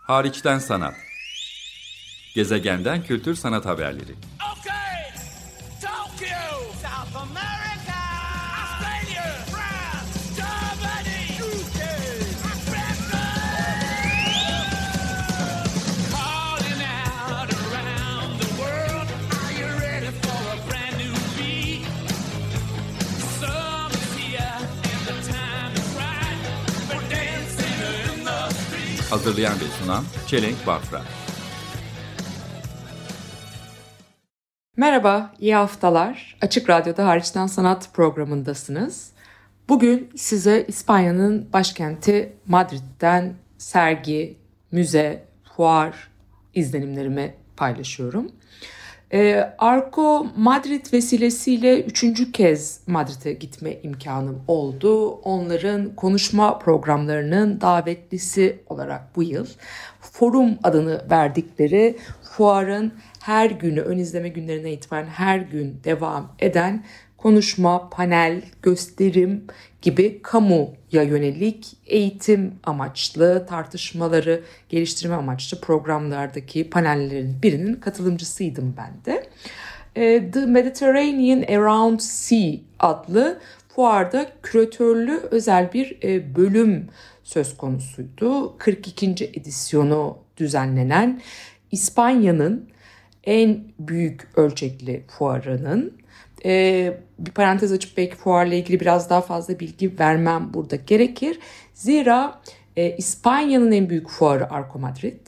Hariçten sanat. Gezegenden kültür sanat haberleri. Okay, Tokyo, South America, Australia, France, Germany, UK, Africa. Calling out around the world, are you ready for a brand new beat? Summer's here and the time is right. We're dancing in the street. Hazırlayan ve sunan Çelenk Bafra. Merhaba, iyi haftalar. Açık Radyo'da Hariçten Sanat programındasınız. Bugün size İspanya'nın başkenti Madrid'den sergi, müze, fuar izlenimlerimi paylaşıyorum. Arco Madrid vesilesiyle 3. kez Madrid'e gitme imkanım oldu. Onların konuşma programlarının davetlisi olarak bu yıl Forum adını verdikleri fuarın her günü, ön izleme günlerine itibaren her gün devam eden konuşma, panel, gösterim gibi kamuya yönelik eğitim amaçlı, tartışmaları geliştirme amaçlı programlardaki panellerin birinin katılımcısıydım ben de. The Mediterranean Around Sea adlı fuarda küratörlü özel bir bölüm söz konusuydu. 42. edisyonu düzenlenen İspanya'nın en büyük ölçekli fuarının, bir parantez açıp belki fuarla ilgili biraz daha fazla bilgi vermem burada gerekir. Zira İspanya'nın en büyük fuarı Arco Madrid,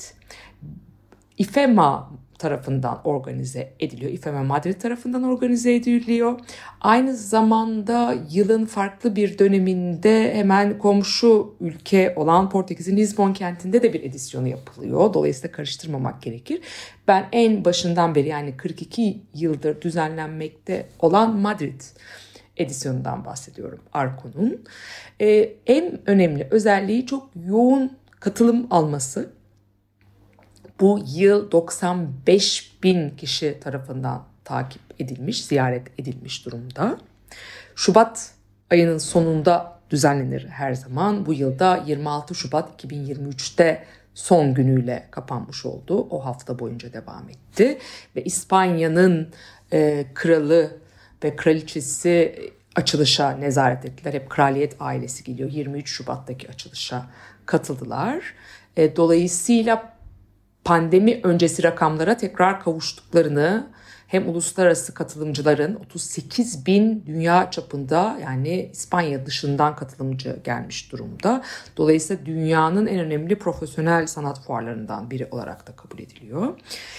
IFEMA tarafından organize ediliyor. IFEMA Madrid tarafından organize ediliyor. Aynı zamanda yılın farklı bir döneminde hemen komşu ülke olan Portekiz'in Lisbon kentinde de bir edisyonu yapılıyor. Dolayısıyla karıştırmamak gerekir. Ben en başından beri, yani 42 yıldır düzenlenmekte olan Madrid edisyonundan bahsediyorum Arco'nun. En önemli özelliği çok yoğun katılım alması. Bu yıl 95.000 kişi tarafından takip edilmiş, ziyaret edilmiş durumda. Şubat ayının sonunda düzenlenir her zaman. Bu yılda 26 Şubat 2023'te son günüyle kapanmış oldu. O hafta boyunca devam etti. Ve İspanya'nın kralı ve kraliçesi açılışa nezaret ettiler. Hep kraliyet ailesi geliyor. 23 Şubat'taki açılışa katıldılar. Dolayısıyla pandemi öncesi rakamlara tekrar kavuştuklarını, hem uluslararası katılımcıların 38.000 dünya çapında, yani İspanya dışından katılımcı gelmiş durumda. Dolayısıyla dünyanın en önemli profesyonel sanat fuarlarından biri olarak da kabul ediliyor.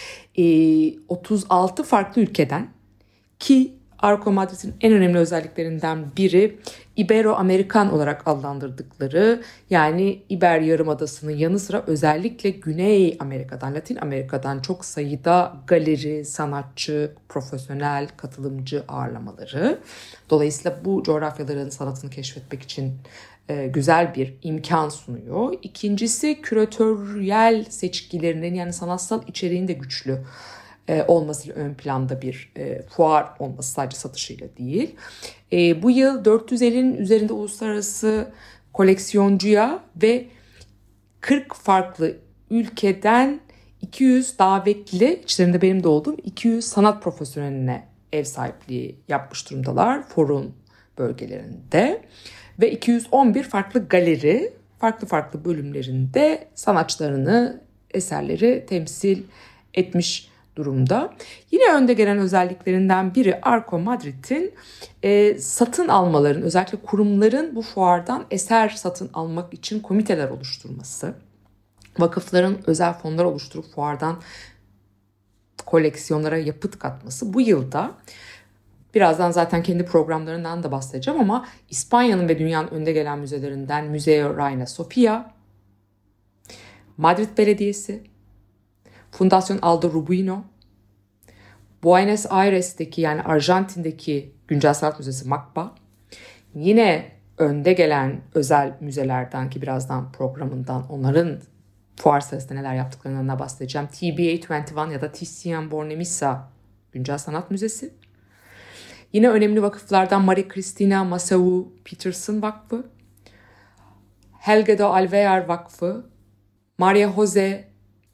36 farklı ülkeden, ki Arco Madrid'in en önemli özelliklerinden biri Ibero-Amerikan olarak adlandırdıkları, yani İber Yarımadası'nın yanı sıra özellikle Güney Amerika'dan, Latin Amerika'dan çok sayıda galeri, sanatçı, profesyonel katılımcı ağırlamaları. Dolayısıyla bu coğrafyaların sanatını keşfetmek için güzel bir imkan sunuyor. İkincisi, küratöryel seçkilerinin, yani sanatsal içeriğin de güçlü olmasıyla ön planda bir fuar olması, sadece satışıyla değil. Bu yıl 450'nin üzerinde uluslararası koleksiyoncuya ve 40 farklı ülkeden 200 davetli, içlerinde benim de olduğum 200 sanat profesyoneline ev sahipliği yapmış durumdalar forum bölgelerinde. Ve 211 farklı galeri, farklı bölümlerinde sanatçılarını, eserleri temsil etmiş durumda. Yine önde gelen özelliklerinden biri Arco Madrid'in satın almaların, özellikle kurumların bu fuardan eser satın almak için komiteler oluşturması, vakıfların özel fonlar oluşturup fuardan koleksiyonlara yapıt katması. Bu yılda, birazdan zaten kendi programlarından da bahsedeceğim ama İspanya'nın ve dünyanın önde gelen müzelerinden Museo Reina Sofía, Madrid Belediyesi, Fundación Aldo Rubino, Buenos Aires'teki, yani Arjantin'deki Güncel Sanat Müzesi MACBA, yine önde gelen özel müzelerden, ki birazdan programından onların fuar sırasında neler yaptıklarından bahsedeceğim, TBA 21 ya da Thyssen Bornemisza Güncel Sanat Müzesi. Yine önemli vakıflardan Maria Cristina Massaú Peterson Vakfı, Helge de Alvear Vakfı, Maria Jose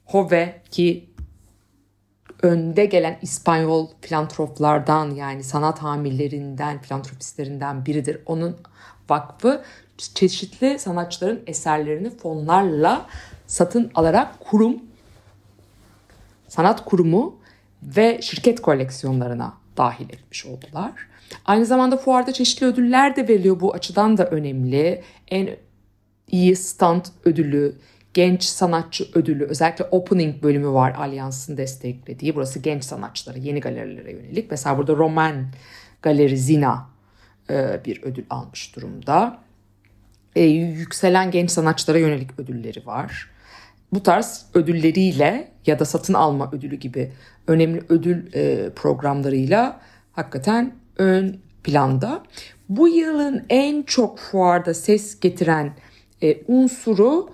HOVE ki önde gelen İspanyol filantroplardan yani sanat hamillerinden, filantropistlerinden biridir. Onun vakfı çeşitli sanatçıların eserlerini fonlarla satın alarak sanat kurumu ve şirket koleksiyonlarına dahil etmiş oldular. Aynı zamanda fuarda çeşitli ödüller de veriliyor. Bu açıdan da önemli. En iyi stand ödülü, genç sanatçı ödülü, özellikle opening bölümü var Allianz'ın desteklediği. Burası genç sanatçılara, yeni galerilere yönelik. Mesela burada Roman Galeri Zina bir ödül almış durumda. Yükselen genç sanatçılara yönelik ödülleri var. Bu tarz ödülleriyle ya da satın alma ödülü gibi önemli ödül programlarıyla hakikaten ön planda. Bu yılın en çok fuarda ses getiren unsuru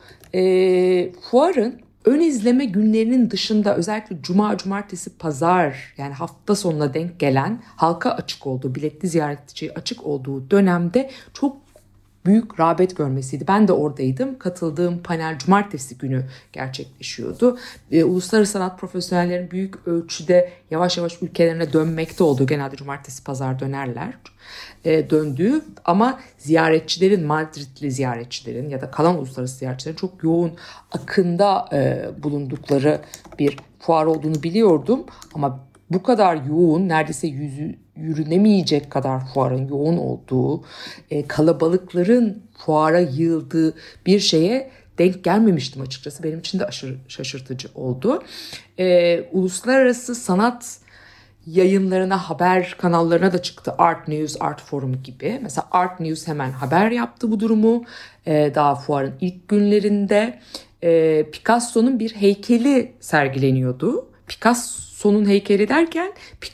fuarın ön izleme günlerinin dışında özellikle cuma, cumartesi, pazar yani hafta sonuna denk gelen halka açık olduğu, biletli ziyaretçiye açık olduğu dönemde çok büyük rağbet görmesiydi. Ben de oradaydım. Katıldığım panel cumartesi günü gerçekleşiyordu. Uluslararası sanat profesyonellerin büyük ölçüde yavaş yavaş ülkelerine dönmekte olduğu, genelde cumartesi pazar dönerler, döndüğü ama ziyaretçilerin, Madridli ziyaretçilerin ya da kalan uluslararası ziyaretçilerin çok yoğun akında bulundukları bir fuar olduğunu biliyordum. Ama bu kadar yoğun, neredeyse yürünemeyecek kadar fuarın yoğun olduğu, kalabalıkların fuara yığıldığı bir şeye denk gelmemiştim açıkçası. Benim için de aşırı şaşırtıcı oldu. Uluslararası sanat yayınlarına, haber kanallarına da çıktı. Art News, Art Forum gibi. Mesela Art News hemen haber yaptı bu durumu. Daha fuarın ilk günlerinde Picasso'nun bir heykeli sergileniyordu. Picasso'nun heykeli derken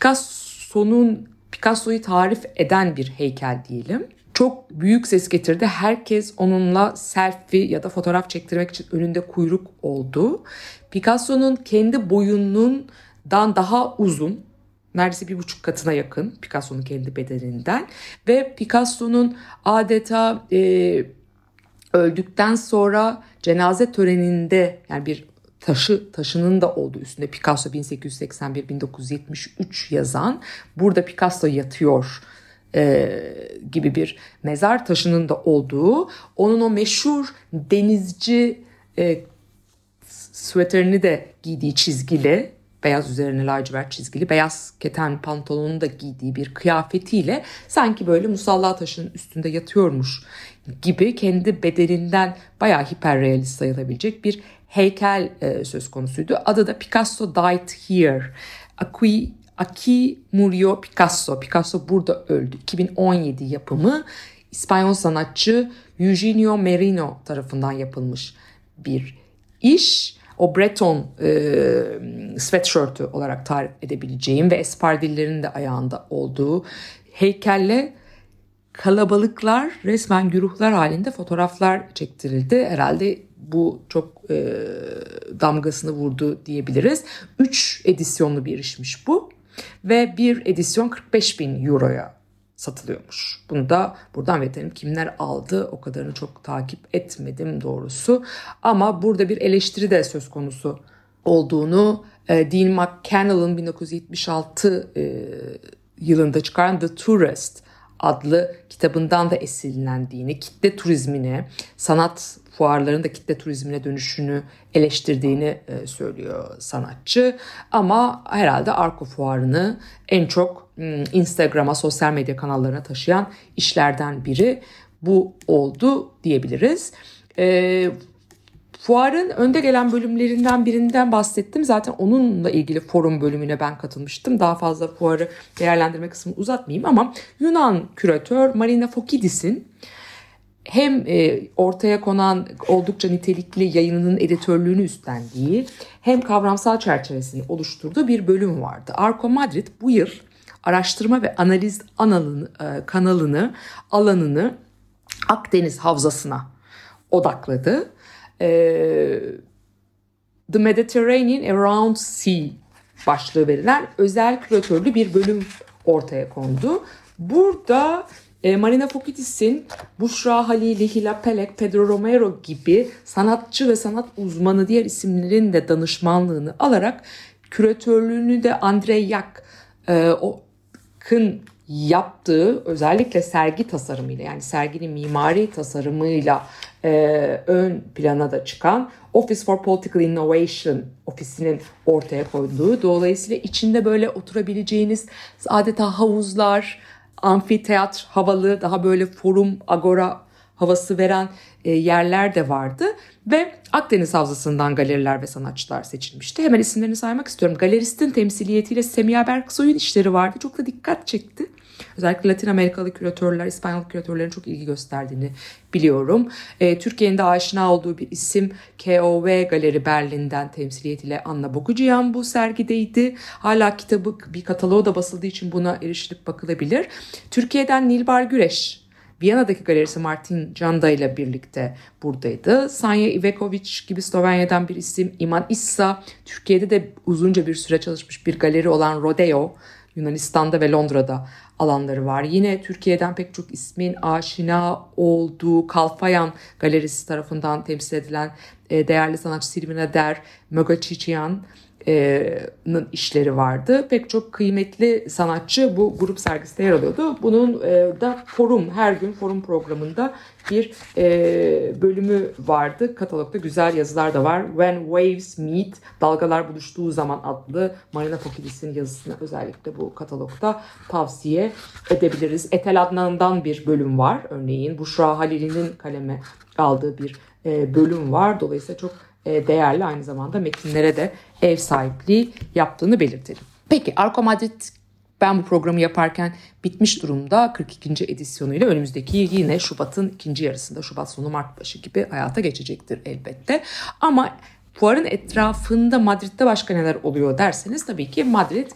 Picasso'yu tarif eden bir heykel diyelim. Çok büyük ses getirdi. Herkes onunla selfie ya da fotoğraf çektirmek için önünde kuyruk oldu. Picasso'nun kendi boyundan daha uzun, neredeyse 1,5 katına yakın Picasso'nun kendi bedeninden ve Picasso'nun adeta öldükten sonra cenaze töreninde yani bir taşının da olduğu üstünde Picasso 1881-1973 yazan burada Picasso yatıyor gibi bir mezar taşının da olduğu, onun o meşhur denizci süveterini de giydiği çizgili, beyaz üzerine lacivert çizgili, beyaz keten pantolonunu da giydiği bir kıyafetiyle sanki böyle musalla taşının üstünde yatıyormuş gibi kendi bedeninden bayağı hiperrealist sayılabilecek bir heykel söz konusuydu. Adı da Picasso Died Here. Aquí murió Picasso. Picasso burada öldü. 2017 yapımı İspanyol sanatçı Eugenio Merino tarafından yapılmış bir iş. O Breton sweatshirt'ü olarak tarif edebileceğim ve espardillerin de ayağında olduğu heykelle kalabalıklar, resmen güruhlar halinde fotoğraflar çektirildi. Herhalde bu çok damgasını vurdu diyebiliriz. 3 edisyonlu bir işmiş bu ve bir edisyon 45.000 euroya satılıyormuş. Bunu da buradan verelim. Kimler aldı o kadarını çok takip etmedim doğrusu. Ama burada bir eleştiri de söz konusu olduğunu Dean McCannell'ın 1976 yılında çıkaran The Tourist adlı kitabından da esinlendiğini, kitle turizmine, sanat fuarlarının da kitle turizmine dönüşünü eleştirdiğini söylüyor sanatçı. Ama herhalde Arco fuarını en çok Instagram'a, sosyal medya kanallarına taşıyan işlerden biri bu oldu diyebiliriz. Fuarın önde gelen bölümlerinden birinden bahsettim. Zaten onunla ilgili forum bölümüne ben katılmıştım. Daha fazla fuarı değerlendirme kısmını uzatmayayım ama Yunan küratör Marina Fokidis'in hem ortaya konan oldukça nitelikli yayınının editörlüğünü üstlendiği hem kavramsal çerçevesini oluşturduğu bir bölüm vardı. Arco Madrid bu yıl araştırma ve analiz alanını Akdeniz Havzası'na odakladı. The Mediterranean Around Sea başlığı verilen özel küratörlü bir bölüm ortaya kondu. Burada Marina Fokitis'in Bushra Halili, Hila Pelek, Pedro Romero gibi sanatçı ve sanat uzmanı diğer isimlerin de danışmanlığını alarak küratörlüğünü de Andrei Yak'ın yaptığı, özellikle sergi tasarımıyla, yani serginin mimari tasarımıyla ön plana da çıkan Office for Political Innovation ofisinin ortaya koyduğu, dolayısıyla içinde böyle oturabileceğiniz adeta havuzlar, amfiteyatr havalı, daha böyle forum, agora havası veren yerler de vardı ve Akdeniz Havzası'ndan galeriler ve sanatçılar seçilmişti. Hemen isimlerini saymak istiyorum. Galeristin temsiliyetiyle Semiha Berksoy'un işleri vardı. Çok da dikkat çekti. Özellikle Latin Amerikalı küratörler, İspanyol küratörlerin çok ilgi gösterdiğini biliyorum. Türkiye'nin de aşina olduğu bir isim KOV Galeri Berlin'den temsiliyetiyle Anna Boguciyan bu sergideydi. Hala kitabı bir kataloğu da basıldığı için buna erişilip bakılabilir. Türkiye'den Nilbar Güreş, Viyana'daki galerisi Martin Canda ile birlikte buradaydı. Sanja Iveković gibi Slovenya'dan bir isim. İman İssa, Türkiye'de de uzunca bir süre çalışmış bir galeri olan Rodeo, Yunanistan'da ve Londra'da alanları var. Yine Türkiye'den pek çok ismin aşina olduğu Kalfayan Galerisi tarafından temsil edilen değerli sanatçı Silvina Der, Möga Çiçiyan'ın işleri vardı. Pek çok kıymetli sanatçı bu grup sergisinde yer alıyordu. Bunun da her gün forum programında bir bölümü vardı. Katalogda güzel yazılar da var. When Waves Meet, Dalgalar Buluştuğu Zaman adlı Marina Fokitis'in yazısını özellikle bu katalogda tavsiye edebiliriz. Etel Adnan'dan bir bölüm var. Örneğin Bushra Halili'nin kaleme aldığı bir bölüm var. Dolayısıyla çok değerli, aynı zamanda metinlere de ev sahipliği yaptığını belirtelim. Peki Arco Madrid, ben bu programı yaparken bitmiş durumda. 42. edisyonuyla önümüzdeki yine Şubat'ın ikinci yarısında, Şubat sonu Mart başı gibi hayata geçecektir elbette. Ama fuarın etrafında Madrid'de başka neler oluyor derseniz, tabii ki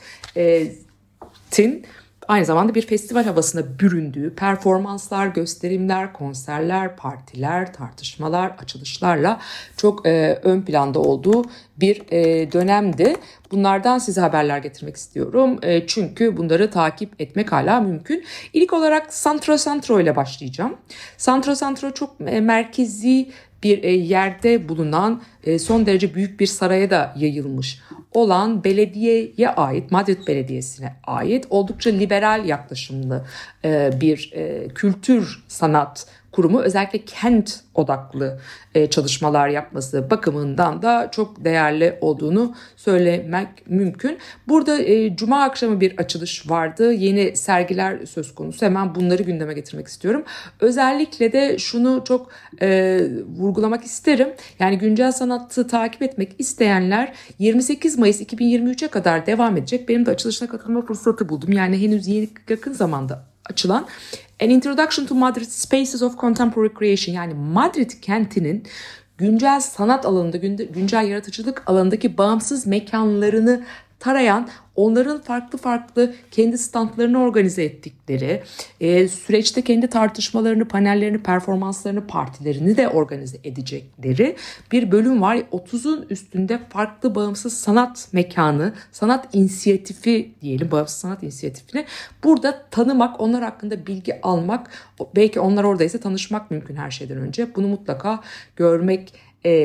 Madrid'in aynı zamanda bir festival havasına büründüğü performanslar, gösterimler, konserler, partiler, tartışmalar, açılışlarla çok ön planda olduğu bir dönemdi. Bunlardan size haberler getirmek istiyorum. Çünkü bunları takip etmek hala mümkün. İlk olarak Santro ile başlayacağım. Santro çok merkezi bir yerde bulunan, son derece büyük bir saraya da yayılmış olan belediyeye ait, Madrid Belediyesi'ne ait oldukça liberal yaklaşımlı bir kültür sanat kurumu, özellikle kent odaklı çalışmalar yapması bakımından da çok değerli olduğunu söylemek mümkün. Burada Cuma akşamı bir açılış vardı. Yeni sergiler söz konusu. Hemen bunları gündeme getirmek istiyorum. Özellikle de şunu çok vurgulamak isterim. Yani güncel sanatı takip etmek isteyenler 28 Mayıs 2023'e kadar devam edecek. Benim de açılışına katılma fırsatı buldum. Yani henüz yakın zamanda açılan An Introduction to Madrid Spaces of Contemporary Creation, yani Madrid kentinin güncel sanat alanında, güncel yaratıcılık alanındaki bağımsız mekanlarını tarayan, onların farklı farklı kendi standlarını organize ettikleri, süreçte kendi tartışmalarını, panellerini, performanslarını, partilerini de organize edecekleri bir bölüm var. 30'un üstünde farklı bağımsız sanat mekanı, sanat inisiyatifi diyelim, bağımsız sanat inisiyatifini burada tanımak, onlar hakkında bilgi almak, belki onlar oradaysa tanışmak mümkün her şeyden önce. Bunu mutlaka görmek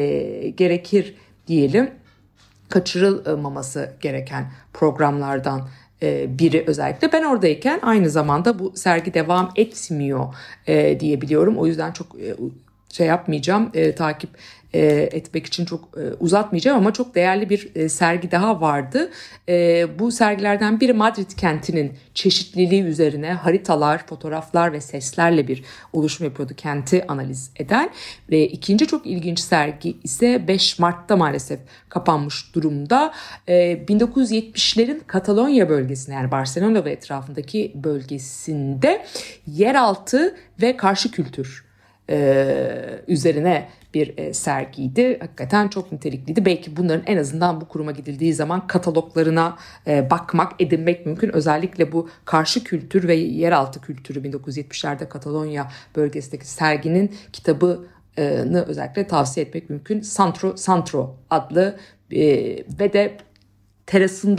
gerekir diyelim. Kaçırılmaması gereken programlardan biri özellikle. Ben oradayken aynı zamanda bu sergi devam etmiyor diye biliyorum. O yüzden çok yapmayacağım, takip etmek için çok uzatmayacağım, ama çok değerli bir sergi daha vardı. Bu sergilerden biri Madrid kentinin çeşitliliği üzerine haritalar, fotoğraflar ve seslerle bir oluşum yapıyordu, kenti analiz eden. Ve ikinci çok ilginç sergi ise 5 Mart'ta maalesef kapanmış durumda. 1970'lerin Katalonya bölgesinde, yani Barcelona ve etrafındaki bölgesinde yeraltı ve karşı kültür üzerine bir sergiydi. Hakikaten çok nitelikliydi. Belki bunların en azından bu kuruma gidildiği zaman kataloglarına bakmak, edinmek mümkün. Özellikle bu karşı kültür ve yeraltı kültürü 1970'lerde Katalonya bölgesindeki serginin kitabını özellikle tavsiye etmek mümkün. Santro adlı ve de terasından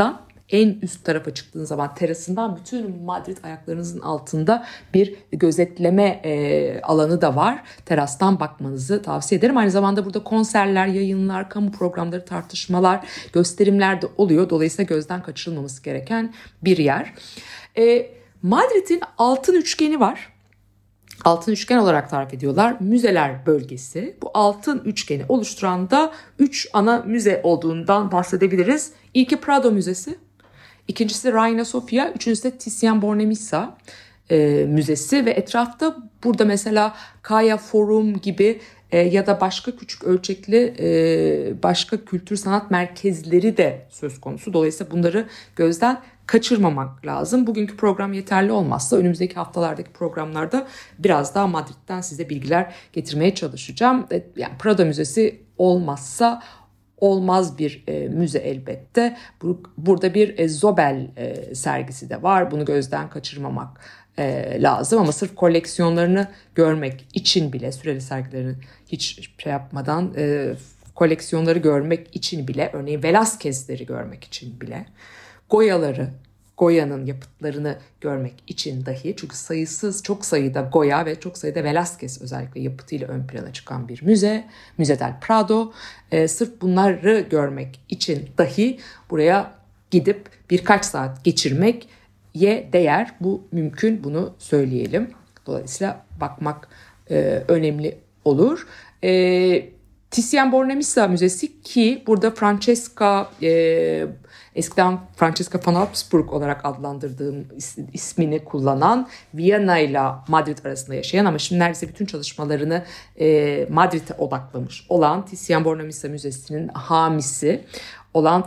en üst tarafa çıktığın zaman terasından bütün Madrid ayaklarınızın altında bir gözetleme alanı da var. Terastan bakmanızı tavsiye ederim. Aynı zamanda burada konserler, yayınlar, kamu programları, tartışmalar, gösterimler de oluyor. Dolayısıyla gözden kaçırılmaması gereken bir yer. Madrid'in altın üçgeni var. Altın üçgen olarak tarif ediyorlar. Müzeler bölgesi. Bu altın üçgeni oluşturan da 3 ana müze olduğundan bahsedebiliriz. İlki Prado Müzesi. İkincisi Reina Sofia. Üçüncüsü de Titian Bornemisza Müzesi. Ve etrafta burada mesela Kaya Forum gibi ya da başka küçük ölçekli başka kültür sanat merkezleri de söz konusu. Dolayısıyla bunları gözden kaçırmamak lazım. Bugünkü program yeterli olmazsa önümüzdeki haftalardaki programlarda biraz daha Madrid'den size bilgiler getirmeye çalışacağım. Yani Prado Müzesi olmazsa olmaz bir müze elbette. Burada bir Zobel sergisi de var. Bunu gözden kaçırmamak lazım ama sırf koleksiyonlarını görmek için bile, süreli sergilerini hiç şey yapmadan koleksiyonları görmek için bile, örneğin Velázquez'leri görmek için bile, Goya'nın yapıtlarını görmek için dahi, çünkü çok sayıda Goya ve çok sayıda Velázquez özellikle yapıtıyla ön plana çıkan bir müze, Müze del Prado. Sırf bunları görmek için dahi buraya gidip birkaç saat geçirmek değer. Bu mümkün, bunu söyleyelim. Dolayısıyla bakmak önemli olur. Titian Bornemisza Müzesi ki burada eskiden Francesca von Habsburg olarak adlandırdığım ismini kullanan, Viyana ile Madrid arasında yaşayan ama şimdi neredeyse bütün çalışmalarını Madrid'e odaklamış olan Titian Bornemisza Müzesi'nin hamisi olan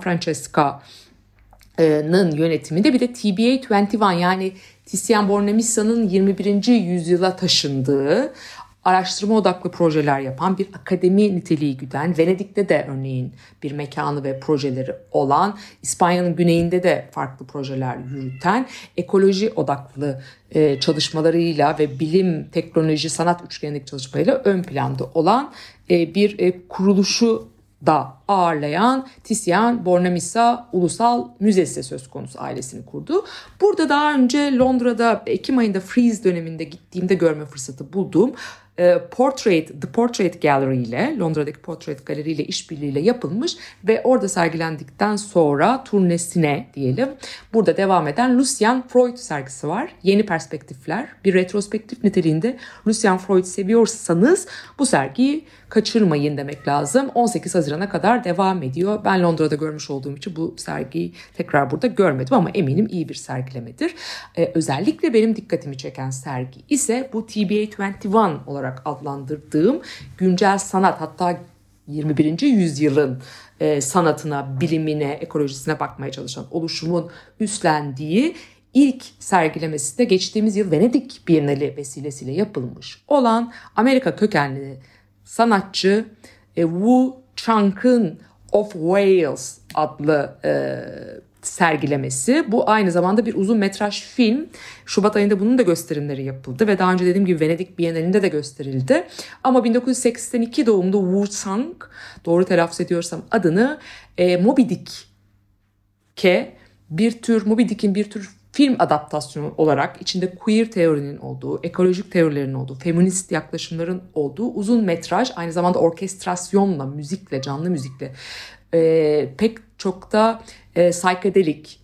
Francesca'nın yönetiminde bir de TBA 21, yani Titian Bornemissa'nın 21. yüzyıla taşındığı, araştırma odaklı projeler yapan, bir akademi niteliği güden, Venedik'te de örneğin bir mekanı ve projeleri olan, İspanya'nın güneyinde de farklı projeler yürüten, ekoloji odaklı çalışmalarıyla ve bilim, teknoloji, sanat üçgenindeki çalışmalarıyla ön planda olan bir kuruluşu da ağırlayan Titian Bornemisza Ulusal Müzesi söz konusu, ailesini kurdu. Burada daha önce Londra'da Ekim ayında Frieze döneminde gittiğimde görme fırsatı bulduğum The Portrait Gallery ile, Londra'daki Portrait Gallery ile işbirliğiyle yapılmış ve orada sergilendikten sonra turnesine diyelim burada devam eden Lucian Freud sergisi var. Yeni perspektifler, bir retrospektif niteliğinde. Lucian Freud seviyorsanız bu sergiyi kaçırmayın demek lazım. 18 Haziran'a kadar devam ediyor. Ben Londra'da görmüş olduğum için bu sergiyi tekrar burada görmedim ama eminim iyi bir sergilemedir. Özellikle benim dikkatimi çeken sergi ise bu TBA 21 olarak adlandırdığım güncel sanat, hatta 21. yüzyılın sanatına, bilimine, ekolojisine bakmaya çalışan oluşumun üstlendiği ilk sergilemesi de geçtiğimiz yıl Venedik Bienali vesilesiyle yapılmış olan Amerika kökenli sanatçı Wu Chang'ın of Wales adlı sergilemesi. Bu aynı zamanda bir uzun metraj film. Şubat ayında bunun da gösterimleri yapıldı ve daha önce dediğim gibi Venedik Bienalinde de gösterildi. Ama 1982 doğumlu Wu Chang, doğru telaffuz ediyorsam adını, Moby Dick'in bir tür film adaptasyonu olarak içinde queer teorinin olduğu, ekolojik teorilerin olduğu, feminist yaklaşımların olduğu uzun metraj, aynı zamanda orkestrasyonla, müzikle, canlı müzikle, pek çok da psychedelic,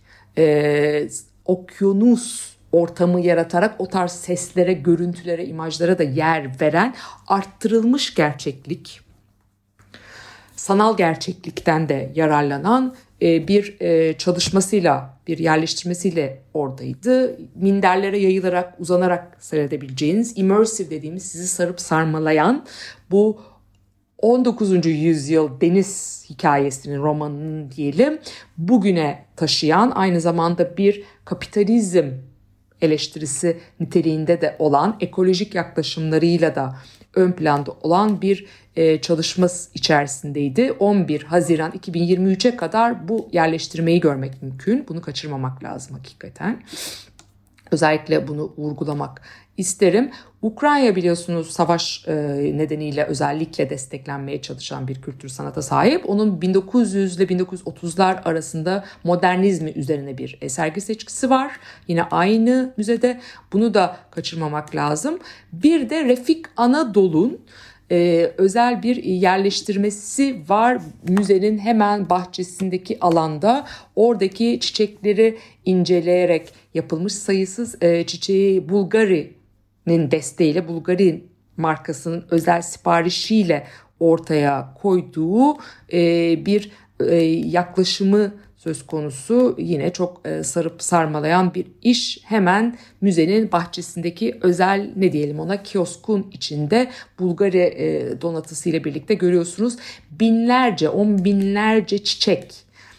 okyanus ortamı yaratarak o tarz seslere, görüntülere, imajlara da yer veren arttırılmış gerçeklik, sanal gerçeklikten de yararlanan bir çalışmasıyla, bir yerleştirmesiyle oradaydı. Minderlere yayılarak, uzanarak seyredebileceğiniz, immersive dediğimiz, sizi sarıp sarmalayan bu 19. yüzyıl deniz hikayesinin, romanının diyelim, bugüne taşıyan, aynı zamanda bir kapitalizm eleştirisi niteliğinde de olan, ekolojik yaklaşımlarıyla da ön planda olan bir çalışma içerisindeydi. 11 Haziran 2023'e kadar bu yerleştirmeyi görmek mümkün. Bunu kaçırmamak lazım hakikaten. Özellikle bunu vurgulamak isterim. Ukrayna biliyorsunuz savaş nedeniyle özellikle desteklenmeye çalışan bir kültür sanata sahip. Onun 1900 ile 1930'lar arasında modernizmi üzerine bir sergi seçkisi var. Yine aynı müzede, bunu da kaçırmamak lazım. Bir de Refik Anadol'un özel bir yerleştirmesi var müzenin hemen bahçesindeki alanda. Oradaki çiçekleri inceleyerek yapılmış sayısız çiçeği Bulgari'nin desteğiyle, Bulgari markasının özel siparişiyle ortaya koyduğu bir yaklaşımı söz konusu. Yine çok sarıp sarmalayan bir iş. Hemen müzenin bahçesindeki özel, ne diyelim ona, kioskun içinde Bulgari donatısıyla birlikte görüyorsunuz. Binlerce, on binlerce çiçek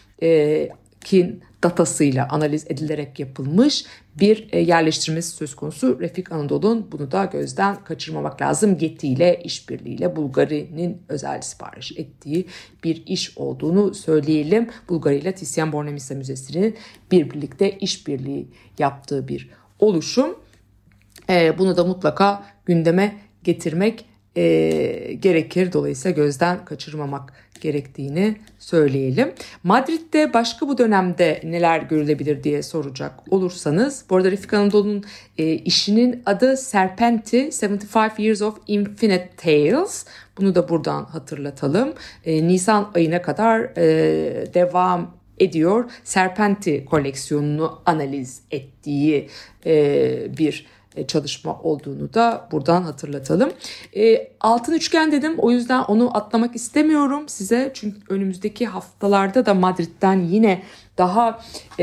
ki datasıyla analiz edilerek yapılmış bir yerleştirmesi söz konusu Refik Anadol'un. Bunu da gözden kaçırmamak lazım. Getty ile işbirliğiyle Bulgari'nin özel sipariş ettiği bir iş olduğunu söyleyelim. Bulgari ile Titian Bornemisza Müzesi'nin birlikte işbirliği yaptığı bir oluşum. Bunu da mutlaka gündeme getirmek gerekir. Dolayısıyla gözden kaçırmamak gerektiğini söyleyelim. Madrid'de başka bu dönemde neler görülebilir diye soracak olursanız, bu arada Refik Anadol'un işinin adı Serpenti, 75 Years of Infinite Tales. Bunu da buradan hatırlatalım. Nisan ayına kadar devam ediyor. Serpenti koleksiyonunu analiz ettiği bir çalışma olduğunu da buradan hatırlatalım. Altın üçgen dedim, o yüzden onu atlamak istemiyorum size. Çünkü önümüzdeki haftalarda da Madrid'den yine daha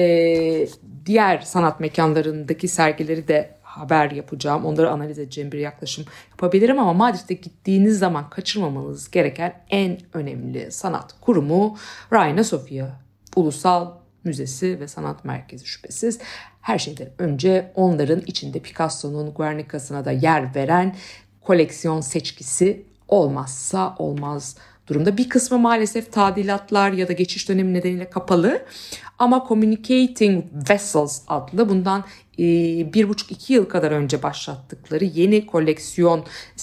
diğer sanat mekanlarındaki sergileri de haber yapacağım. Onları analiz edeceğim bir yaklaşım yapabilirim ama Madrid'e gittiğiniz zaman kaçırmamanız gereken en önemli sanat kurumu Reina Sofia Ulusal Müzesi ve Sanat Merkezi şüphesiz. Her şeyden önce onların içinde Picasso'nun Guernica'sına da yer veren koleksiyon seçkisi olmazsa olmaz durumda. Bir kısmı maalesef tadilatlar ya da geçiş dönemi nedeniyle kapalı. Ama Communicating Vessels adlı bundan 1,5-2 yıl kadar önce başlattıkları yeni koleksiyon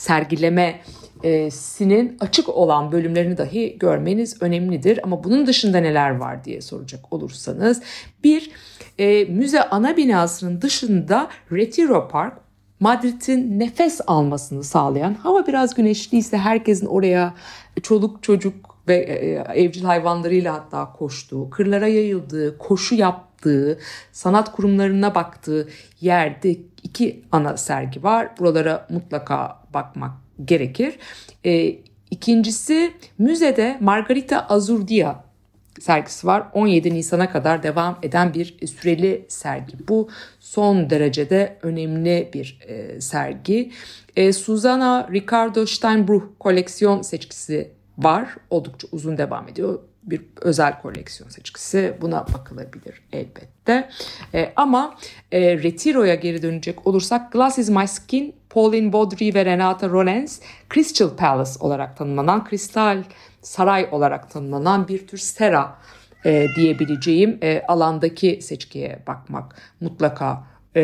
sergilemesinin açık olan bölümlerini dahi görmeniz önemlidir. Ama bunun dışında neler var diye soracak olursanız, bir müze ana binasının dışında Retiro Park, Madrid'in nefes almasını sağlayan, hava biraz güneşliyse herkesin oraya çoluk çocuk ve evcil hayvanlarıyla hatta koştuğu, kırlara yayıldığı, koşu yaptığı, sanat kurumlarına baktığı yerde 2 ana sergi var. Buralara mutlaka bakmak gerekir. İkincisi, müzede Margarita Azurdia sergisi var. 17 Nisan'a kadar devam eden bir süreli sergi. Bu son derecede önemli bir sergi. Susanna Ricardo Steinbruch koleksiyon seçkisi var. Oldukça uzun devam ediyor. Bir özel koleksiyon seçkisi. Buna bakılabilir elbette. Ama Retiro'ya geri dönecek olursak, Glass is My Skin, Pauline Baudry ve Renata Rollens, Crystal Palace olarak tanımlanan, kristal saray olarak tanımlanan bir tür sera diyebileceğim alandaki seçkiye bakmak mutlaka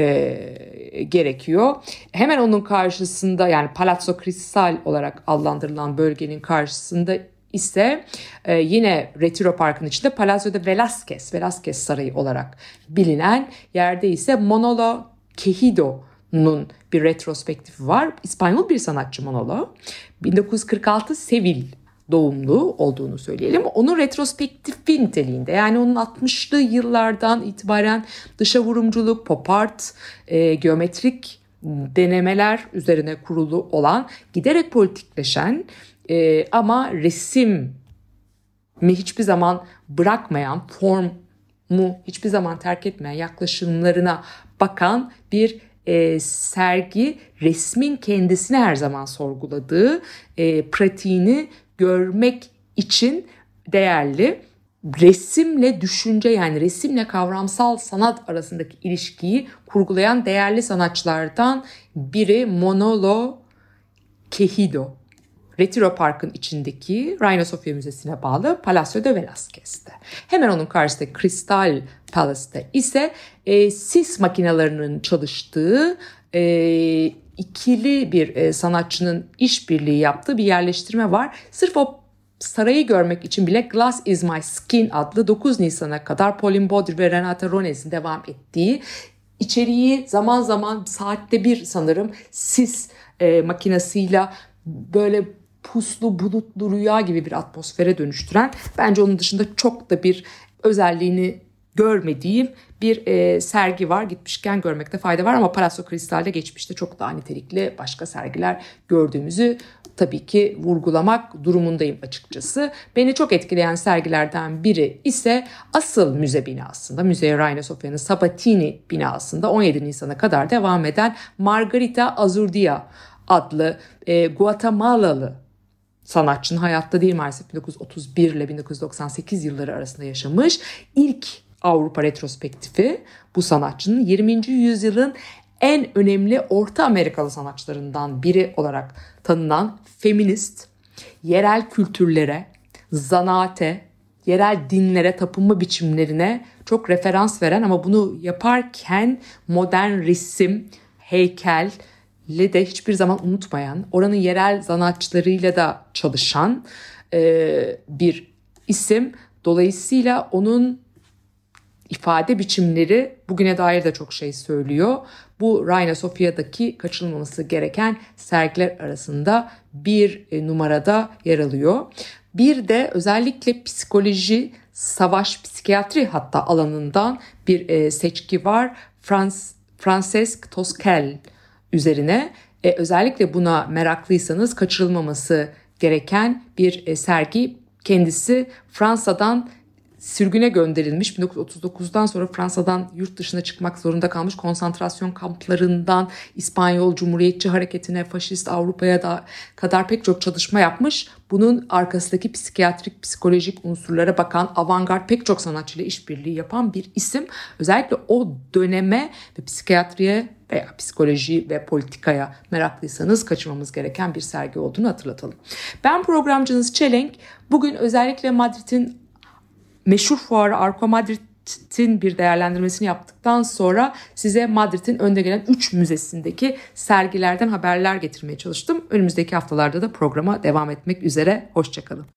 gerekiyor. Hemen onun karşısında, yani Palazzo Cristal olarak adlandırılan bölgenin karşısında ise yine Retiro Park'ın içinde Palazzo de Velázquez Sarayı olarak bilinen yerde ise Manolo Quejido'nun bir retrospektifi var. İspanyol bir sanatçı Manolo. 1946 Sevil doğumlu olduğunu söyleyelim. Onun retrospektifi niteliğinde, yani onun 60'lı yıllardan itibaren dışa vurumculuk, pop art, geometrik denemeler üzerine kurulu olan, giderek politikleşen ama resimi hiçbir zaman bırakmayan, formu hiçbir zaman terk etmeyen yaklaşımlarına bakan bir sergi. Resmin kendisini her zaman sorguladığı, pratiğini görmek için değerli. Resimle düşünce, yani resimle kavramsal sanat arasındaki ilişkiyi kurgulayan değerli sanatçılardan biri Manolo Quejido. Retiro Park'ın içindeki Reina Sofia Müzesi'ne bağlı Palacio de Velázquez'te. Hemen onun karşısındaki Crystal Palace'te ise sis makinelerinin çalıştığı ikili bir sanatçının işbirliği yaptığı bir yerleştirme var. Sırf o sarayı görmek için bile Glass is My Skin adlı 9 Nisan'a kadar Pauline Baudry ve Renata Rones'in devam ettiği, içeriği zaman zaman saatte bir sanırım sis makinesiyle böyle puslu, bulutlu, rüya gibi bir atmosfere dönüştüren, bence onun dışında çok da bir özelliğini görmediğim bir sergi var. Gitmişken görmekte fayda var ama Palazzo Cristal'de geçmişte çok daha nitelikli başka sergiler gördüğümüzü tabii ki vurgulamak durumundayım açıkçası. Beni çok etkileyen sergilerden biri ise asıl müze binasında, Müze Reina Sofia'nın Sabatini binasında 17 Nisan'a kadar devam eden Margarita Azurdia adlı Guatemalalı sanatçının, hayatta değil maalesef, 1931 ile 1998 yılları arasında yaşamış ilk Avrupa retrospektifi bu sanatçının 20. yüzyılın en önemli Orta Amerikalı sanatçılarından biri olarak tanınan feminist, yerel kültürlere, zanaate, yerel dinlere, tapınma biçimlerine çok referans veren ama bunu yaparken modern resim, heykel de hiçbir zaman unutmayan, oranın yerel sanatçılarıyla da çalışan bir isim. Dolayısıyla onun ifade biçimleri bugüne dair de çok şey söylüyor. Bu Reina Sofia'daki kaçınılmaması gereken sergiler arasında bir numarada yer alıyor. Bir de özellikle psikoloji, savaş, psikiyatri hatta alanından bir seçki var. Francesc Tosquel üzerine. Özellikle buna meraklıysanız kaçırılmaması gereken bir sergi. Kendisi Fransa'dan sürgüne gönderilmiş, 1939'dan sonra Fransa'dan yurt dışına çıkmak zorunda kalmış, konsantrasyon kamplarından İspanyol Cumhuriyetçi hareketine, faşist Avrupa'ya da kadar pek çok çalışma yapmış. Bunun arkasındaki psikiyatrik, psikolojik unsurlara bakan, avantgard pek çok sanatçıyla işbirliği yapan bir isim. Özellikle o döneme ve psikiyatriye veya psikoloji ve politikaya meraklıysanız kaçırmamız gereken bir sergi olduğunu hatırlatalım. Ben programcınız Çelenk. Bugün özellikle Madrid'in meşhur fuarı Arco Madrid'in bir değerlendirmesini yaptıktan sonra size Madrid'in önde gelen 3 müzesindeki sergilerden haberler getirmeye çalıştım. Önümüzdeki haftalarda da programa devam etmek üzere. Hoşça kalın.